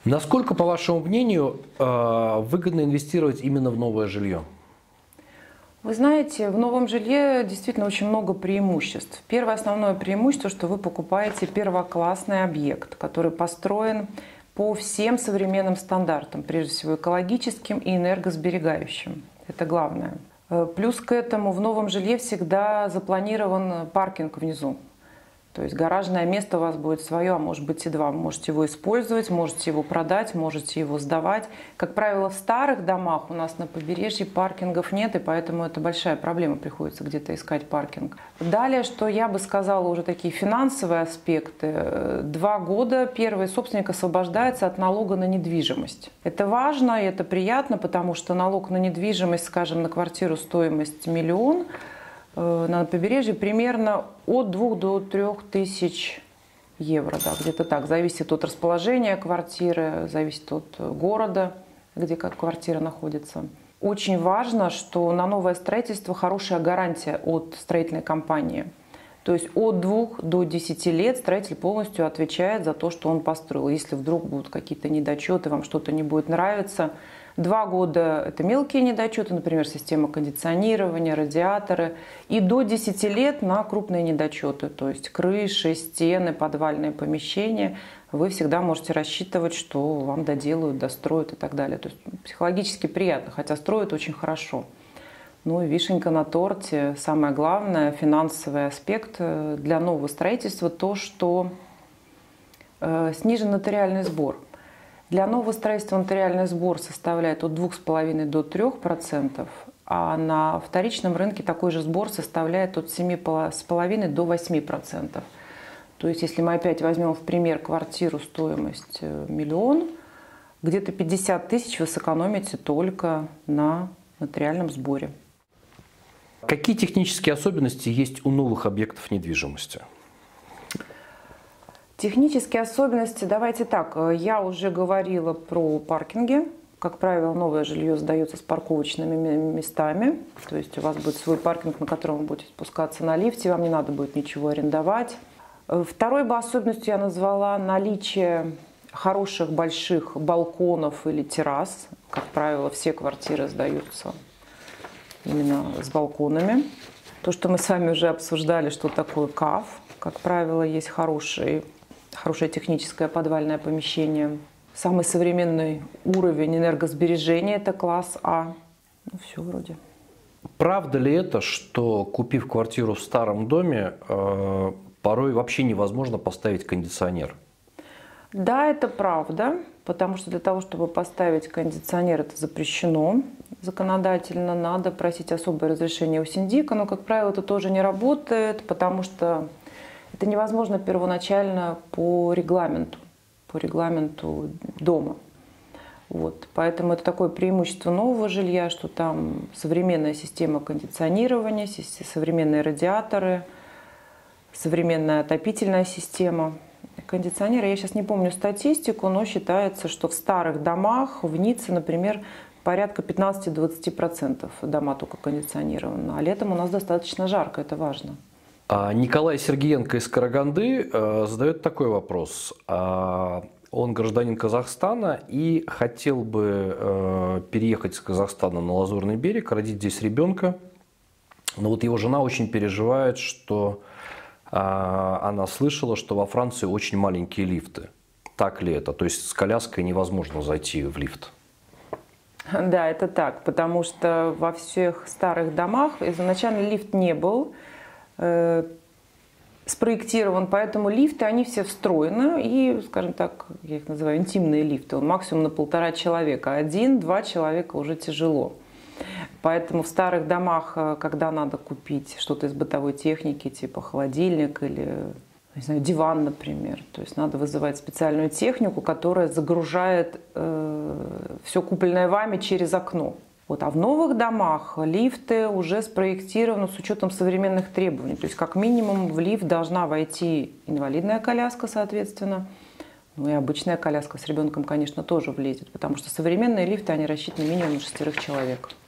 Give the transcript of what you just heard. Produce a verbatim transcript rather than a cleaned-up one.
Насколько, по вашему мнению, выгодно инвестировать именно в новое жилье? Вы знаете, в новом жилье действительно очень много преимуществ. Первое основное преимущество, что вы покупаете первоклассный объект, который построен по всем современным стандартам, прежде всего экологическим и энергосберегающим. Это главное. Плюс к этому в новом жилье всегда запланирован паркинг внизу. То есть гаражное место у вас будет свое, а может быть и два. Вы можете его использовать, можете его продать, можете его сдавать. Как правило, в старых домах у нас на побережье паркингов нет, и поэтому это большая проблема, приходится где-то искать паркинг. Далее, что я бы сказала, уже такие финансовые аспекты. Два года первый собственник освобождается от налога на недвижимость. Это важно и это приятно, потому что налог на недвижимость, скажем, на квартиру стоимость миллион, на побережье примерно от двух до трех тысяч евро, да, где-то так. Зависит от расположения квартиры, зависит от города, где как квартира находится. Очень важно, что на новое строительство хорошая гарантия от строительной компании. То есть от двух до десяти лет строитель полностью отвечает за то, что он построил. Если вдруг будут какие-то недочеты, вам что-то не будет нравиться. Два года – это мелкие недочеты, например, система кондиционирования, радиаторы. И до десяти лет на крупные недочеты, то есть крыши, стены, подвальные помещения. Вы всегда можете рассчитывать, что вам доделают, достроят и так далее. То есть психологически приятно, хотя строят очень хорошо. Ну и вишенька на торте, самое главное, финансовый аспект для нового строительства – то, что э, снижен нотариальный сбор. Для нового строительства нотариальный сбор составляет от двух с половиной до трёх процентов, а на вторичном рынке такой же сбор составляет от семи с половиной до восьми процентов. То есть, если мы опять возьмем в пример квартиру стоимость миллион, где-то пятьдесят тысяч вы сэкономите только на нотариальном сборе. Какие технические особенности есть у новых объектов недвижимости? Технические особенности, давайте так, я уже говорила про паркинги. Как правило, новое жилье сдается с парковочными местами. То есть у вас будет свой паркинг, на котором вы будете спускаться на лифте, вам не надо будет ничего арендовать. Второй бы особенностью я назвала наличие хороших больших балконов или террас. Как правило, все квартиры сдаются именно с балконами. То, что мы с вами уже обсуждали, что такое КАФ. Как правило, есть хороший Хорошее техническое подвальное помещение. Самый современный уровень энергосбережения – это класс А. Ну, все вроде. Правда ли это, что, купив квартиру в старом доме, э, порой вообще невозможно поставить кондиционер? Да, это правда, потому что для того, чтобы поставить кондиционер, это запрещено законодательно, надо просить особое разрешение у синдика, но, как правило, это тоже не работает, потому что это невозможно первоначально по регламенту, по регламенту дома. Вот. Поэтому это такое преимущество нового жилья, что там современная система кондиционирования, современные радиаторы, современная отопительная система. Кондиционеры, я сейчас не помню статистику, но считается, что в старых домах, в Ницце, например, порядка пятнадцати-двадцати процентов дома только кондиционированы. А летом у нас достаточно жарко, это важно. Николай Сергеенко из Караганды э, задает такой вопрос. Э, он гражданин Казахстана и хотел бы э, переехать из Казахстана на Лазурный берег, родить здесь ребенка. Но вот его жена очень переживает, что э, она слышала, что во Франции очень маленькие лифты. Так ли это? То есть с коляской невозможно зайти в лифт? Да, это так, потому что во всех старых домах изначально лифт не был спроектирован, поэтому лифты, они все встроены, и, скажем так, я их называю интимные лифты, он максимум на полтора человека, один-два человека уже тяжело. Поэтому в старых домах, когда надо купить что-то из бытовой техники, типа холодильник или, не знаю, диван, например, то есть надо вызывать специальную технику, которая загружает э, все купленное вами через окно. Вот. А в новых домах лифты уже спроектированы с учетом современных требований. То есть как минимум в лифт должна войти инвалидная коляска, соответственно. Ну и обычная коляска с ребенком, конечно, тоже влезет. Потому что современные лифты, они рассчитаны минимум на шестерых человек.